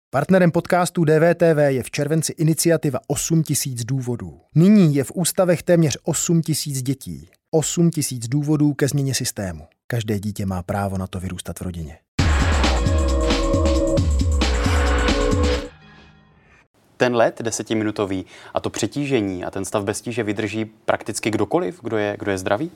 Partnerem podcastu DVTV je v červenci iniciativa 8000 důvodů. Nyní je v ústavech téměř 8000 dětí. 8000 důvodů ke změně systému. Každé dítě má právo na to vyrůstat v rodině. Ten let 10minutový a to přetížení a ten stav bez tíže vydrží prakticky kdokoliv, kdo je zdravý?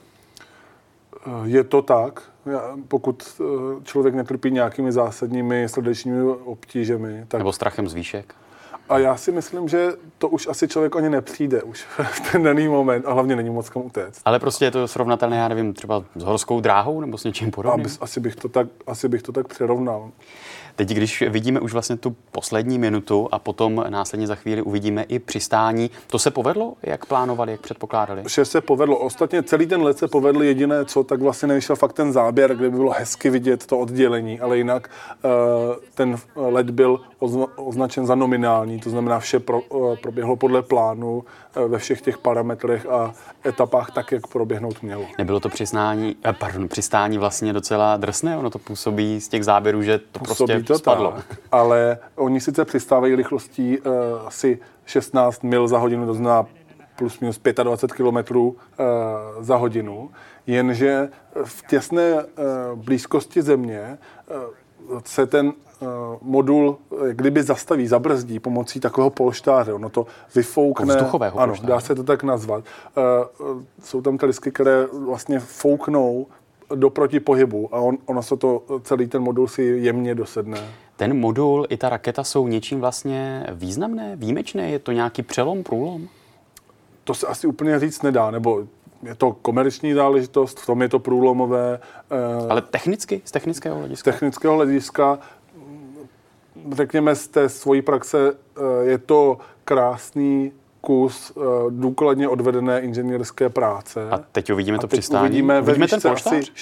Je to tak, pokud člověk netrpí nějakými zásadními srdečními obtížemi. Tak... Nebo strachem z výšek? A já si myslím, že to už asi člověk ani nepřijde už v ten daný moment a hlavně není moc kam utéct. Ale prostě je to srovnatelné, já nevím, třeba s horskou dráhou nebo s něčím podobným? Asi bych to tak přirovnal. Teď, když vidíme už vlastně tu poslední minutu a potom následně za chvíli uvidíme i přistání, to se povedlo, jak plánovali, jak předpokládali? Vše se povedlo. Ostatně celý ten let se povedl, jediné co, tak vlastně nevyšel fakt ten záběr, kde by bylo hezky vidět to oddělení, ale jinak ten let byl označen za nominální, to znamená vše proběhlo podle plánu ve všech těch parametrech a etapách tak, jak proběhnout mělo. Nebylo to přistání vlastně docela drsné? Ono to působí z těch záběrů, že to prostě to spadlo. Tak, ale oni sice přistávají rychlostí asi 16 mil za hodinu, to znamená plus minus 25 km za hodinu, jenže v těsné blízkosti země se ten modul kdyby zastaví, zabrzdí pomocí takového polštáře. Ono to vyfoukne. Vzduchového ano, polštáře. dá se to tak nazvat. Jsou tam trysky, které vlastně fouknou do protipohybu a ono se to, celý ten modul si jemně dosedne. Ten modul i ta raketa jsou něčím vlastně významné, výjimečné? Je to nějaký přelom, průlom? To se asi úplně říct nedá, nebo je to komerční záležitost, v tom je to průlomové. Ale technicky, z technického hlediska? Z technického hlediska, řekněme z té svojí praxe, je to krásný kus důkladně odvedené inženýrské práce. A teď uvidíme to přistání. Uvidíme ve ten výšce polštář? asi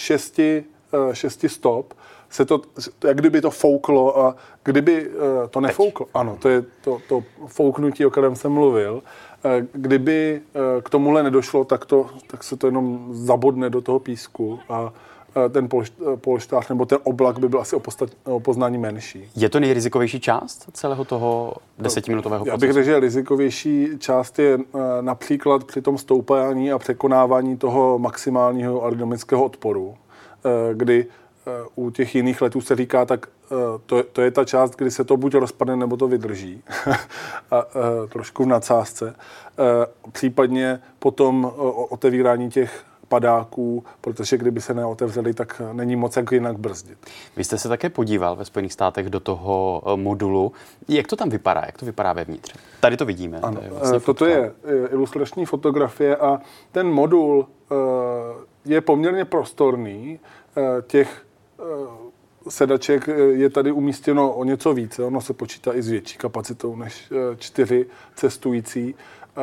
6 stop. Se to, jak kdyby to fouklo a kdyby to nefouklo. Ano, to je to fouknutí, o kterém jsem mluvil. Kdyby k tomuhle nedošlo, tak se to jenom zabodne do toho písku a ten polštář nebo ten oblak by byl asi o poznání menší. Je to nejrizikovější část celého toho 10minutového procesu? Já bych řekl, že rizikovější část je například při tom stoupání a překonávání toho maximálního aerodynamického odporu, kdy u těch jiných letů se říká, tak to je ta část, kdy se to buď rozpadne, nebo to vydrží. Trošku v nadsázce. Případně potom otevírání těch padáků, protože kdyby se neotevřeli, tak není moc jak jinak brzdit. Vy jste se také podíval ve Spojených státech do toho modulu. Jak to tam vypadá? Jak to vypadá vevnitř? Tady to vidíme. Ano, to je vlastně toto je ilustrační fotografie a ten modul je poměrně prostorný. Těch sedaček je tady umístěno o něco více. Ono se počítá i s větší kapacitou než 4 cestující.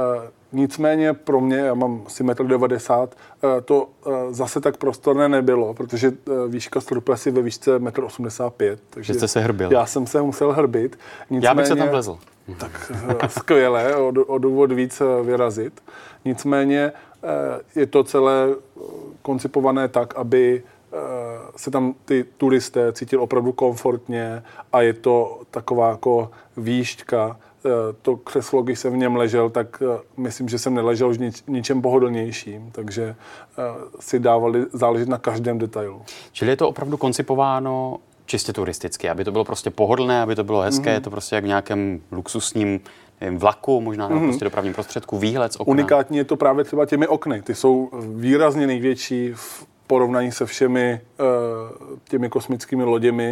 Nicméně pro mě, já mám asi 1,90 m, to zase tak prostorné nebylo, protože výška strupe asi ve výšce 1,85 m. Takže jste se hrbil. Já jsem se musel hrbit. Nicméně, já bych se tam vlezl. Tak skvěle, o důvod víc vyrazit. Nicméně je to celé koncipované tak, aby se tam ty turisté cítili opravdu komfortně a je to taková jako výšťka. To křeslo, když jsem v něm ležel, tak myslím, že jsem neležel už ničem pohodlnějším, takže si dávali záležet na každém detailu. Čili je to opravdu koncipováno čistě turisticky, aby to bylo prostě pohodlné, aby to bylo hezké, je to prostě jak v nějakém luxusním vlaku, možná prostě dopravním prostředku, výhled z okna. Unikátní je to právě třeba těmi okny. Ty jsou výrazně největší v porovnání se všemi těmi kosmickými loděmi.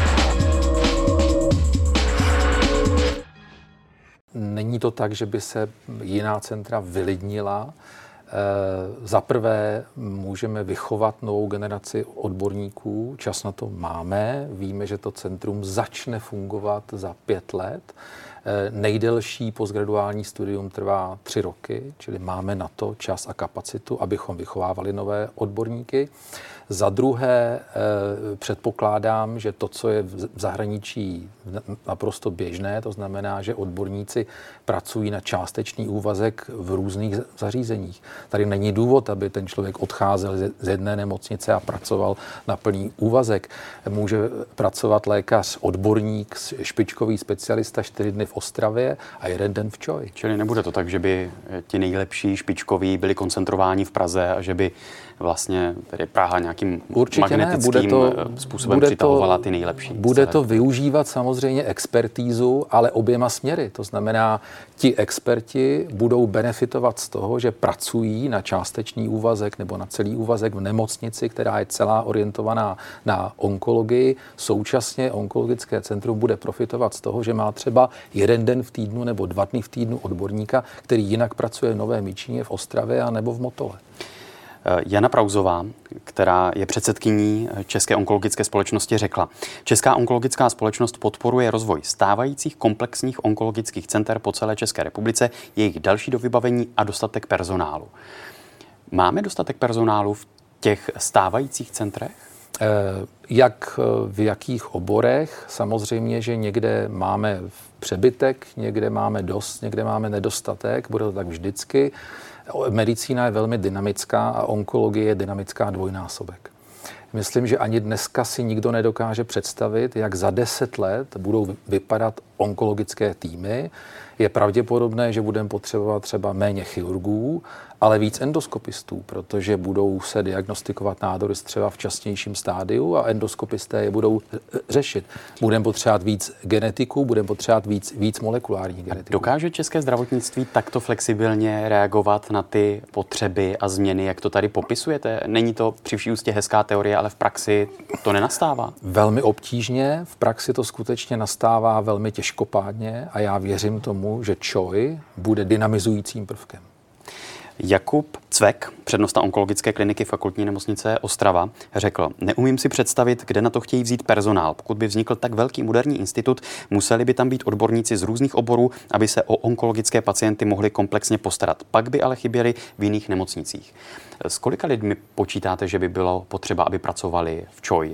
Není to tak, že by se jiná centra vylidnila. Za prvé můžeme vychovat novou generaci odborníků, čas na to máme, víme, že to centrum začne fungovat za 5 let. Nejdelší postgraduální studium trvá 3 roky, čili máme na to čas a kapacitu, abychom vychovávali nové odborníky. Za druhé předpokládám, že to, co je v zahraničí naprosto běžné, to znamená, že odborníci pracují na částečný úvazek v různých zařízeních. Tady není důvod, aby ten člověk odcházel z jedné nemocnice a pracoval na plný úvazek. Může pracovat lékař, odborník, špičkový specialista 4 dny v Ostravě a 1 den v ČOI. Čili nebude to tak, že by ti nejlepší špičkoví byli koncentrováni v Praze a že by vlastně tedy Praha nějakým magnetickým způsobem přitahovala ty nejlepší. Bude to využívat samozřejmě expertízu, ale oběma směry. To znamená, ti experti budou benefitovat z toho, že pracují na částečný úvazek nebo na celý úvazek v nemocnici, která je celá orientovaná na onkologii. Současně onkologické centrum bude profitovat z toho, že má třeba 1 den v týdnu nebo 2 dny v týdnu odborníka, který jinak pracuje v Nové Myčíně, v Ostravě a nebo v Motole. Jana Prauzová, která je předsedkyní České onkologické společnosti, řekla: Česká onkologická společnost podporuje rozvoj stávajících komplexních onkologických center po celé České republice, jejich další dovybavení a dostatek personálu. Máme dostatek personálu v těch stávajících centrech? Jak v jakých oborech? Samozřejmě, že někde máme přebytek, někde máme dost, někde máme nedostatek, bude to tak vždycky. Medicína je velmi dynamická a onkologie je dynamická dvojnásobek. Myslím, že ani dneska si nikdo nedokáže představit, jak za 10 let budou vypadat onkologické týmy. Je pravděpodobné, že budeme potřebovat třeba méně chirurgů, ale víc endoskopistů, protože budou se diagnostikovat nádory třeba v časnějším stádiu a endoskopisté je budou řešit. Budeme potřebovat víc genetiků, budeme potřebovat víc molekulárních genetiků. Dokáže české zdravotnictví takto flexibilně reagovat na ty potřeby a změny, jak to tady popisujete? Není to při vší úctě hezká teorie, ale v praxi to nenastává? Velmi obtížně, v praxi to skutečně nastává velmi těžkopádně a já věřím tomu, že ČOI bude dynamizujícím prvkem. Jakub Cvek, přednosta onkologické kliniky Fakultní nemocnice Ostrava, řekl: Neumím si představit, kde na to chtějí vzít personál. Pokud by vznikl tak velký moderní institut, museli by tam být odborníci z různých oborů, aby se o onkologické pacienty mohli komplexně postarat. Pak by ale chyběli v jiných nemocnicích. S kolika lidmi počítáte, že by bylo potřeba, aby pracovali v ČOI?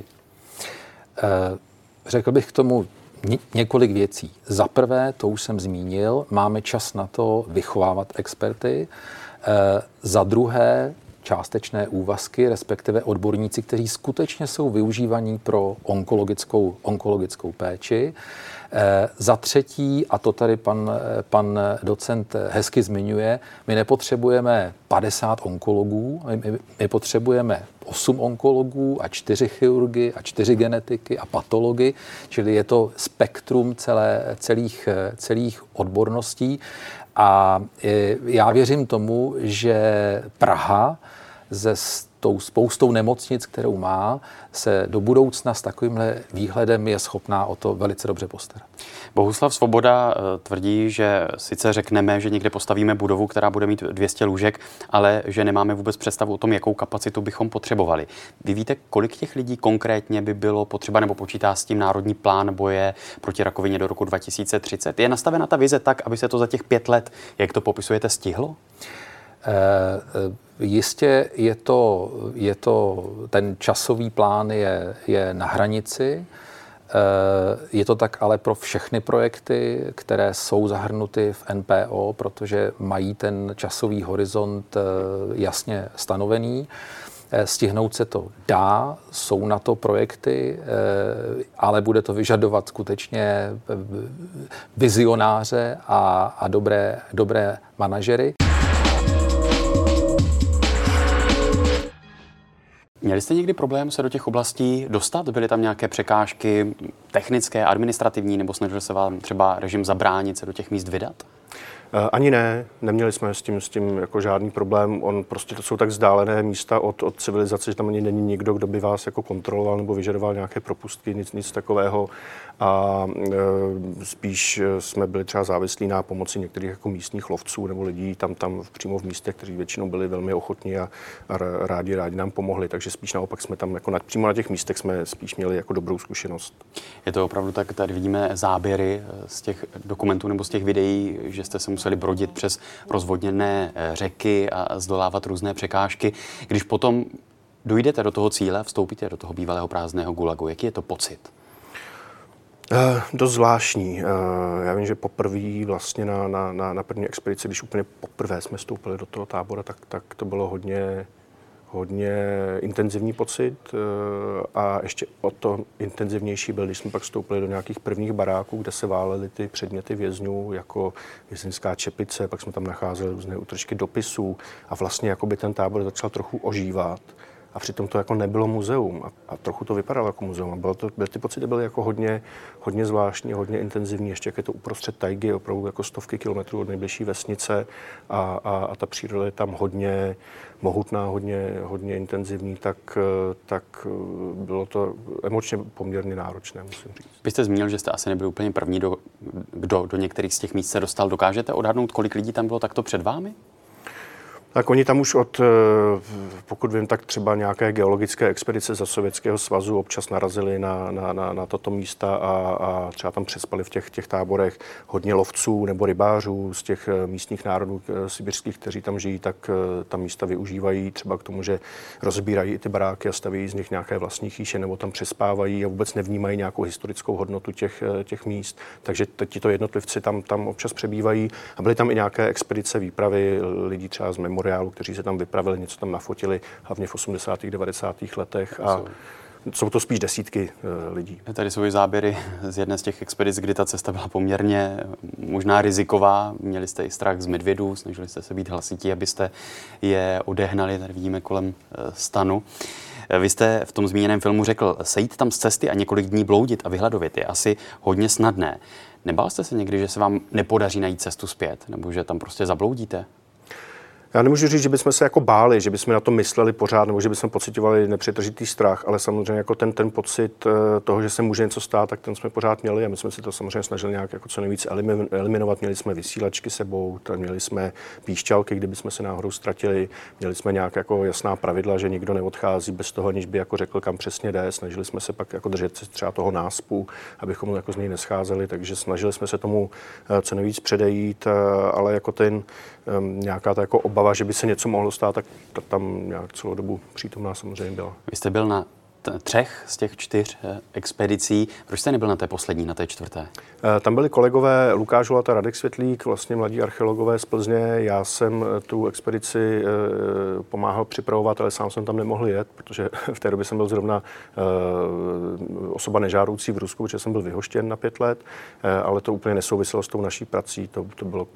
Řekl bych k tomu několik věcí. Za prvé, to už jsem zmínil, máme čas na to vychovávat experty. Za druhé, částečné úvazky, respektive odborníci, kteří skutečně jsou využívaní pro onkologickou péči. Za třetí, a to tady pan docent hezky zmiňuje, my nepotřebujeme 50 onkologů, my potřebujeme 8 onkologů a 4 chirurgy a 4 genetiky a patology, čili je to spektrum celých odborností. A já věřím tomu, že Praha se tou spoustou nemocnic, kterou má, se do budoucna s takovýmhle výhledem je schopná o to velice dobře postarat. Bohuslav Svoboda tvrdí, že sice řekneme, že někde postavíme budovu, která bude mít 200 lůžek, ale že nemáme vůbec představu o tom, jakou kapacitu bychom potřebovali. Vy víte, kolik těch lidí konkrétně by bylo potřeba, nebo počítá s tím Národní plán boje proti rakovině do roku 2030? Je nastavena ta vize tak, aby se to za těch 5 let, jak to popisujete, stihlo? Jistě je to ten časový plán je na hranici. Je to tak ale pro všechny projekty, které jsou zahrnuty v NPO, protože mají ten časový horizont jasně stanovený. Stihnout se to dá, jsou na to projekty, ale bude to vyžadovat skutečně vizionáře a dobré manažery. Měli jste někdy problém se do těch oblastí dostat? Byly tam nějaké překážky technické, administrativní, nebo snažil se vám třeba režim zabránit se do těch míst vydat? Ani ne, neměli jsme s tím jako žádný problém. Prostě to jsou tak vzdálené místa od civilizace, že tam ani není nikdo, kdo by vás jako kontroloval nebo vyžadoval nějaké propustky, nic takového. A spíš jsme byli třeba závislí na pomoci některých jako místních lovců nebo lidí tam přímo v místě, kteří většinou byli velmi ochotní a rádi nám pomohli. Takže spíš naopak jsme tam jako přímo na těch místech jsme spíš měli jako dobrou zkušenost. Je to opravdu tak, tady vidíme záběry z těch dokumentů nebo z těch videí, že jste se museli brodit přes rozvodněné řeky a zdolávat různé překážky. Když potom dojdete do toho cíle, vstoupíte do toho bývalého prázdného gulagu, jaký je to pocit? Dost zvláštní. Já vím, že poprvé vlastně na první expedici, když úplně poprvé jsme vstoupili do toho tábora, tak to bylo hodně intenzivní pocit a ještě o to intenzivnější byl, když jsme pak vstoupili do nějakých prvních baráků, kde se válely ty předměty vězňů, jako vězeňská čepice, pak jsme tam nacházeli různé útržky dopisů a vlastně jakoby ten tábor začal trochu ožívat. A přitom to jako nebylo muzeum a trochu to vypadalo jako muzeum. A ty pocity byly jako hodně zvláštní, hodně intenzivní, ještě jak je to uprostřed tajgy, opravdu jako stovky kilometrů od nejbližší vesnice a ta příroda je tam hodně mohutná, hodně intenzivní, tak bylo to emočně poměrně náročné, musím říct. Vy jste zmínil, že jste asi nebyl úplně první, kdo do některých z těch míst se dostal. Dokážete odhadnout, kolik lidí tam bylo takto před vámi? Tak oni tam už pokud vím, tak třeba nějaké geologické expedice za Sovětského svazu občas narazili na tato místa a třeba tam přespali v těch táborech. Hodně lovců nebo rybářů z těch místních národů sibirských, kteří tam žijí, tak ta místa využívají třeba k tomu, že rozbírají i ty baráky a staví z nich nějaké vlastní chýše nebo tam přespávají a vůbec nevnímají nějakou historickou hodnotu těch míst. Takže tito jednotlivci tam občas přebývají a byly tam i nějaké expedice, výpravy lidí třeba z memoriálu, kteří se tam vypravili, něco tam nafotili, hlavně v 80. 90. letech a jsou to spíš desítky lidí. Tady jsou i záběry z jedné z těch expedic, kdy ta cesta byla poměrně možná riziková. Měli jste i strach z medvědů, snažili jste se být hlasití, abyste je odehnali. Tady vidíme kolem stanu. Vy jste v tom zmíněném filmu řekl, sejít tam z cesty a několik dní bloudit a vyhledovit je asi hodně snadné. Nebál jste se někdy, že se vám nepodaří najít cestu zpět, nebo že tam prostě zabloudíte? Já nemůžu říct, že bychom se jako báli, že bychom na to mysleli pořád, nebo že bychom pocitovali nepřetržitý strach, ale samozřejmě jako ten pocit toho, že se může něco stát, tak ten jsme pořád měli a my jsme si to samozřejmě snažili nějak jako co nejvíc eliminovat. Měli jsme vysílačky sebou, měli jsme píšťalky, kdyby jsme se náhodou ztratili, měli jsme nějak jako jasná pravidla, že nikdo neodchází bez toho, aniž by jako řekl, kam přesně jde. Snažili jsme se pak jako držet se třeba toho náspu, abychom jako z něj nescházeli, takže snažili jsme se tomu co nejvíc předejít, ale jako nějaká ta jako obava, že by se něco mohlo stát, tak tam nějak celou dobu přítomná samozřejmě byla. Vy jste byl na 3 z těch 4 expedicí. Proč jste nebyl na té poslední, na té 4? Tam byli kolegové Lukáš Hulata a Radek Světlík, vlastně mladí archeologové z Plzně. Já jsem tu expedici pomáhal připravovat, ale sám jsem tam nemohl jet, protože v té době jsem byl zrovna osoba nežádoucí v Rusku, protože jsem byl vyhoštěn na 5 let, ale to úplně nesouviselo s tou naší prací. To bylo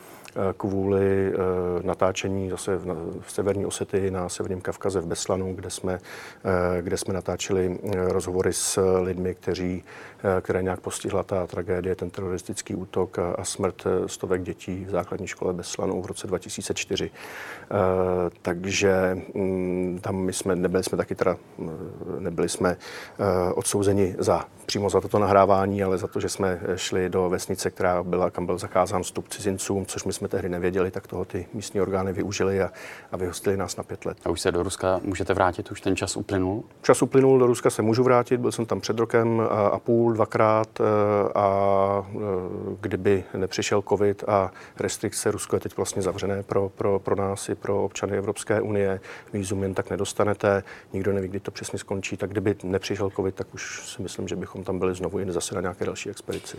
kvůli natáčení zase v severní Osetii na Severním Kavkaze v Beslanu, kde jsme natáčeli rozhovory s lidmi, které nějak postihla ta tragédie, ten teroristický útok a smrt stovek dětí v základní škole Beslanu v roce 2004. Takže tam nebyli jsme odsouzeni přímo za toto nahrávání, ale za to, že jsme šli do vesnice, kam byl zakázán vstup cizincům, což my jsme tehdy nevěděli, tak toho ty místní orgány využili a vyhostili nás na 5 let. A už se do Ruska můžete vrátit? Už ten čas uplynul? Čas uplynul, do Ruska se můžu vrátit, byl jsem tam před rokem a půl, 2krát a kdyby nepřišel covid a restrikce, Rusko je teď vlastně zavřené pro nás i pro občany Evropské unie, vízum jen tak nedostanete, nikdo neví, kdy to přesně skončí, tak kdyby nepřišel covid, tak už si myslím, že bychom tam byli znovu i zase na nějaké další expedici.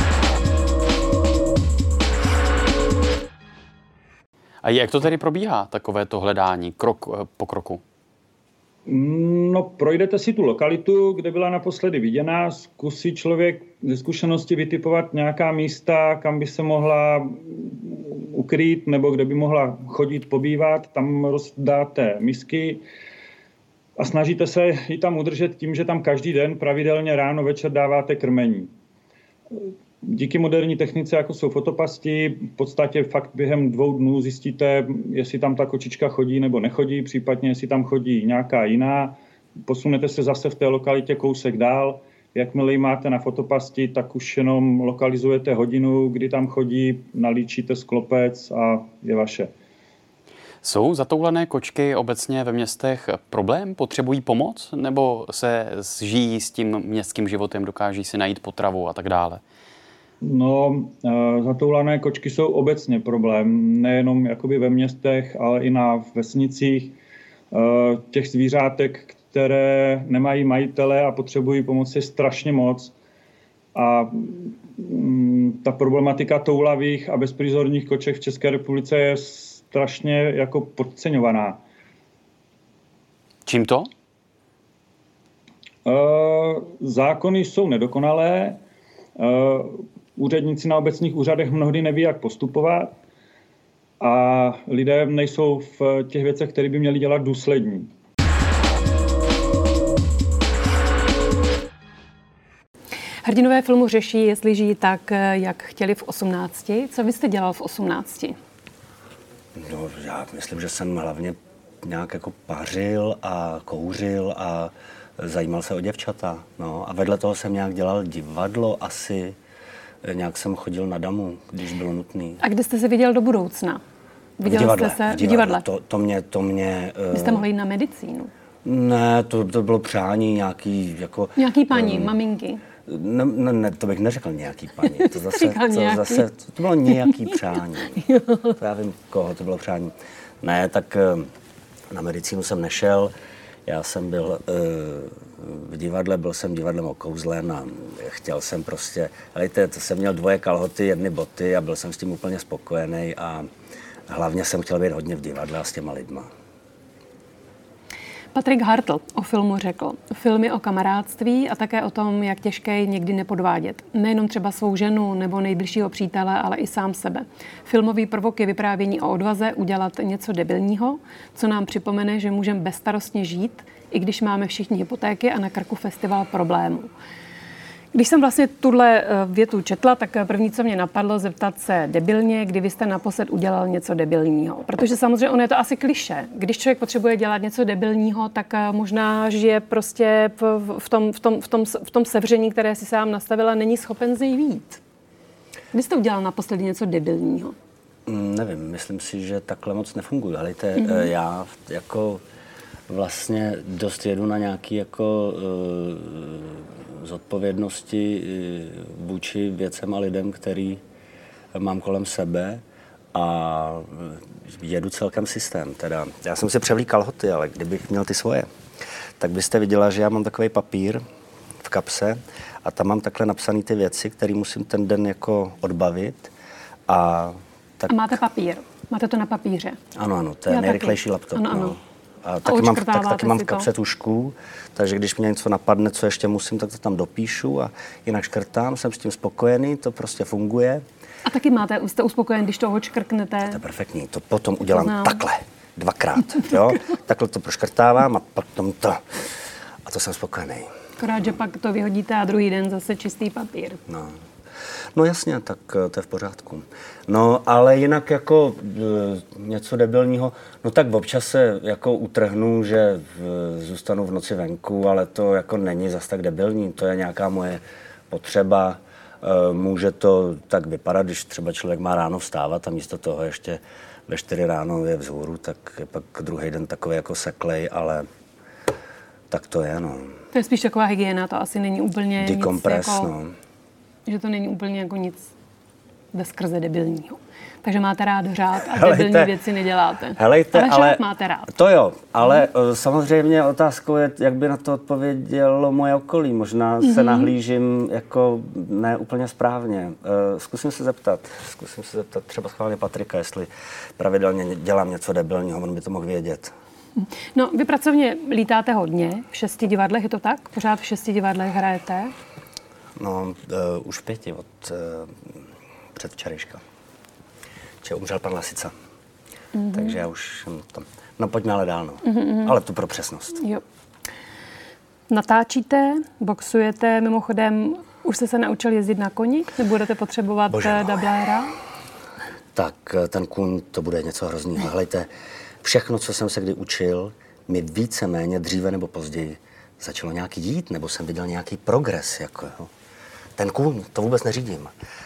A jak to tedy probíhá, takovéto hledání, krok po kroku? No, projdete si tu lokalitu, kde byla naposledy viděná, zkusí člověk ze zkušenosti vytipovat nějaká místa, kam by se mohla ukrýt nebo kde by mohla chodit, pobývat, tam rozdáte misky a snažíte se ji tam udržet tím, že tam každý den pravidelně ráno, večer dáváte krmení. Díky moderní technice, jako jsou fotopasti, v podstatě fakt během 2 dnů zjistíte, jestli tam ta kočička chodí nebo nechodí, případně jestli tam chodí nějaká jiná. Posunete se zase v té lokalitě kousek dál. Jakmile ji máte na fotopasti, tak už jenom lokalizujete hodinu, kdy tam chodí, nalíčíte sklopec a je vaše. Jsou zatoulené kočky obecně ve městech problém? Potřebují pomoc? Nebo se žijí s tím městským životem, dokáží si najít potravu a tak dále? No, zatoulané kočky jsou obecně problém, nejenom jakoby ve městech, ale i na vesnicích. Těch zvířátek, které nemají majitele a potřebují pomoci, strašně moc. A ta problematika toulavých a bezprizorních koček v České republice je strašně jako podceňovaná. Čím to? Zákony jsou nedokonalé, úředníci na obecních úřadech mnohdy neví, jak postupovat a lidé nejsou v těch věcech, které by měli dělat, důslední. Hrdinové filmu řeší, jestli žijí tak, jak chtěli v 18. Co vy jste dělal v 18? No, já myslím, že jsem hlavně nějak jako pařil a kouřil a zajímal se o děvčata. No. A vedle toho jsem nějak dělal divadlo asi. Nějak jsem chodil na damu, když bylo nutný. A kde jste se viděl do budoucna? Viděl jste se v divadle? To mě Vy jste mohli jít na medicínu? Ne, to bylo přání nějaký jako... Nějaký paní, maminky? Ne, to bych neřekl nějaký paní. To bylo nějaký přání. Já vím, koho to bylo přání. Ne, tak na medicínu jsem nešel. Já jsem byl v divadle, byl jsem divadlem okouzlen a chtěl jsem prostě... Hejte, to jsem měl 2 kalhoty, 1 boty a byl jsem s tím úplně spokojený a hlavně jsem chtěl být hodně v divadle a s těma lidma. Patrik Hartl o filmu řekl, film je o kamarádství a také o tom, jak těžké je někdy nepodvádět. Nejenom třeba svou ženu nebo nejbližšího přítele, ale i sám sebe. Filmový prvok je vyprávění o odvaze udělat něco debilního, co nám připomene, že můžeme bezstarostně žít, i když máme všichni hypotéky a na krku festival problémů. Když jsem vlastně tuhle větu četla, tak první, co mě napadlo, zeptat se debilně, kdy vy jste naposled udělal něco debilního. Protože samozřejmě ono je to asi klišé. Když člověk potřebuje dělat něco debilního, tak možná žije prostě v tom sevření, které si sám nastavil a není schopen z něj vyjít. Kdy jste udělal naposledy něco debilního? Nevím, myslím si, že takhle moc nefunguje. Hejte, já jako vlastně dost jedu na nějaký jako zodpovědnosti vůči věcem a lidem, který mám kolem sebe a jedu celkem systém. Teda, já jsem si převlík kalhoty, ale kdybych měl ty svoje, tak byste viděla, že já mám takový papír v kapse a tam mám takhle napsané ty věci, které musím ten den jako odbavit. A máte papír? Máte to na papíře? Ano, to je nejrychlejší laptop. Ano, ano. A taky mám v kapse tužku, takže když mě něco napadne, co ještě musím, tak to tam dopíšu a jinak škrtám, jsem s tím spokojený, to prostě funguje. A taky jste uspokojen, když to odškrknete? To je perfektní, to potom udělám takhle, 2krát, jo? Takhle to proškrtávám a potom to. A to jsem spokojený. Akorát, že pak to vyhodíte a druhý den zase čistý papír. No jasně, tak to je v pořádku. No, ale jinak jako něco debilního, no tak občas se jako utrhnu, že zůstanu v noci venku, ale to jako není zas tak debilní, to je nějaká moje potřeba. Může to tak vypadat, když třeba člověk má ráno vstávat a místo toho ještě ve 4 ráno je vzhůru, tak je pak druhý den takový jako seklej, ale tak to je, no. To je spíš taková hygiena, to asi není úplně Dekompres, nic jako... no. Že to není úplně jako nic veskrze debilního. Takže máte rád řád a debilní věci neděláte. Ale máte rád. To jo, ale samozřejmě otázkou je, jak by na to odpovědělo moje okolí. Možná se nahlížím jako ne úplně správně. Zkusím se zeptat třeba schválně Patrika, jestli pravidelně dělám něco debilního, on by to mohl vědět. No, vy pracovně lítáte hodně, v 6 divadlech, je to tak? Pořád v 6 divadlech hrajete? No, už v 5 od předvčerejška. Umřel pan Lasica. Takže já už jsem tam. No, pojďme ale dál, no. Ale to pro přesnost. Jo. Natáčíte, boxujete, mimochodem, už jste se naučil jezdit na koni? Nebudete potřebovat dabléra? Tak ten kůň, to bude něco hrozného. Hleďte, všechno, co jsem se kdy učil, mi víceméně dříve nebo později začalo nějak jít, nebo jsem viděl nějaký progres. Jako, jo. Ten kůň, to vůbec neřídím.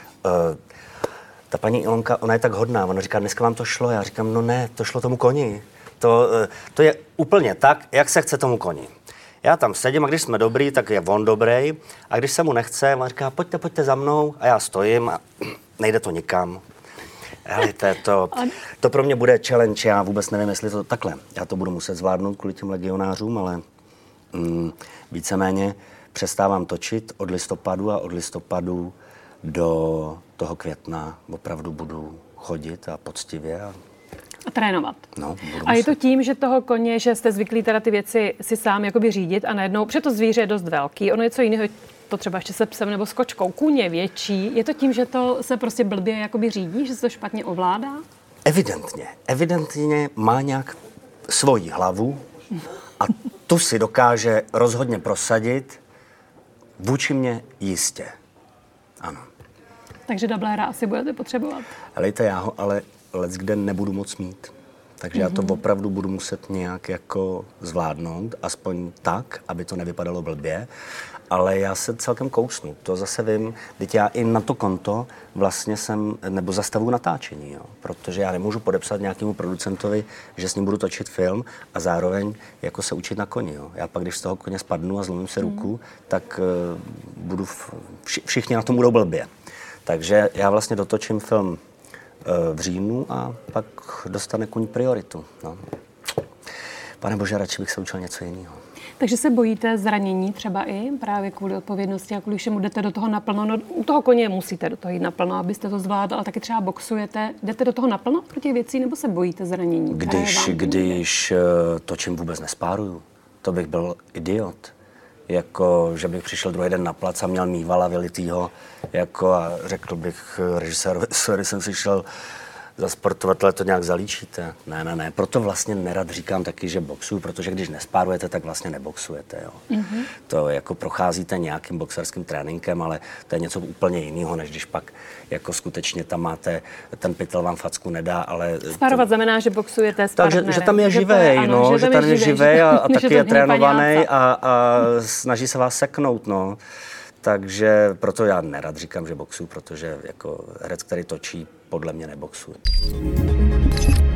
Ta paní Ilonka, ona je tak hodná, ona říká, dneska vám to šlo. Já říkám, no ne, to šlo tomu koni. To je úplně tak, jak se chce tomu koni. Já tam sedím a když jsme dobrý, tak je on dobrý. A když se mu nechce, on říká, pojďte za mnou. A já stojím a nejde to nikam. Helejte, to pro mě bude challenge, já vůbec nevím, jestli to takhle. Já to budu muset zvládnout kvůli těm legionářům, ale víceméně přestávám točit od listopadu a od listopadu do toho května opravdu budu chodit a poctivě a trénovat. No, a je to tím, že toho koně, že jste zvyklí teda ty věci si sám jakoby řídit a najednou, protože to zvíře je dost velký, ono je co jiného, to třeba ještě se psem nebo s kočkou, kůň je větší, je to tím, že to se prostě blbě jakoby řídí, že se to špatně ovládá? Evidentně má nějak svoji hlavu a tu si dokáže rozhodně prosadit, vůči mě jistě. Ano. Takže dabléra asi budete potřebovat. Helejte, já ho ale leckde nebudu moc mít. Takže já to opravdu budu muset nějak jako zvládnout, aspoň tak, aby to nevypadalo blbě. Ale já se celkem kousnu, to zase vím, teď já i na to konto vlastně zastavuju natáčení, jo? Protože já nemůžu podepsat nějakému producentovi, že s ním budu točit film a zároveň jako se učit na koni, jo? Já pak, když z toho koně spadnu a zlomím si ruku, tak všichni na tom budou blbě. Takže já vlastně dotočím film v říjnu a pak dostane kůň prioritu. No. Pane bože, radši bych se učil něco jiného. Takže se bojíte zranění třeba i právě kvůli odpovědnosti a kvůli všemu jdete do toho naplno? No, u toho koně musíte do toho jít naplno, abyste to zvládl, ale taky třeba boxujete. Jdete do toho naplno pro těch věcí nebo se bojíte zranění? Když točím, vůbec nespáruju. To bych byl idiot. Jako, že bych přišel druhý den na plac a měl mývala vylitýho jako a řekl bych režisérovi, sorry, jsem si šel zasportovat, ale to nějak zalíčíte. Ne. Proto vlastně nerad říkám taky, že boxuju, protože když nespárujete, tak vlastně neboxujete. Jo. To jako procházíte nějakým boxerským tréninkem, ale to je něco úplně jiného, než když pak jako skutečně tam máte, ten pytel vám facku nedá, ale... Spárovat znamená, že boxujete s partnerem. Takže tam je živej, že tam je živej a taky je trénovaný a snaží se vás seknout, no. Takže proto já nerad říkám, že boxuju, protože jako herec, který točí, podle mě neboxuje.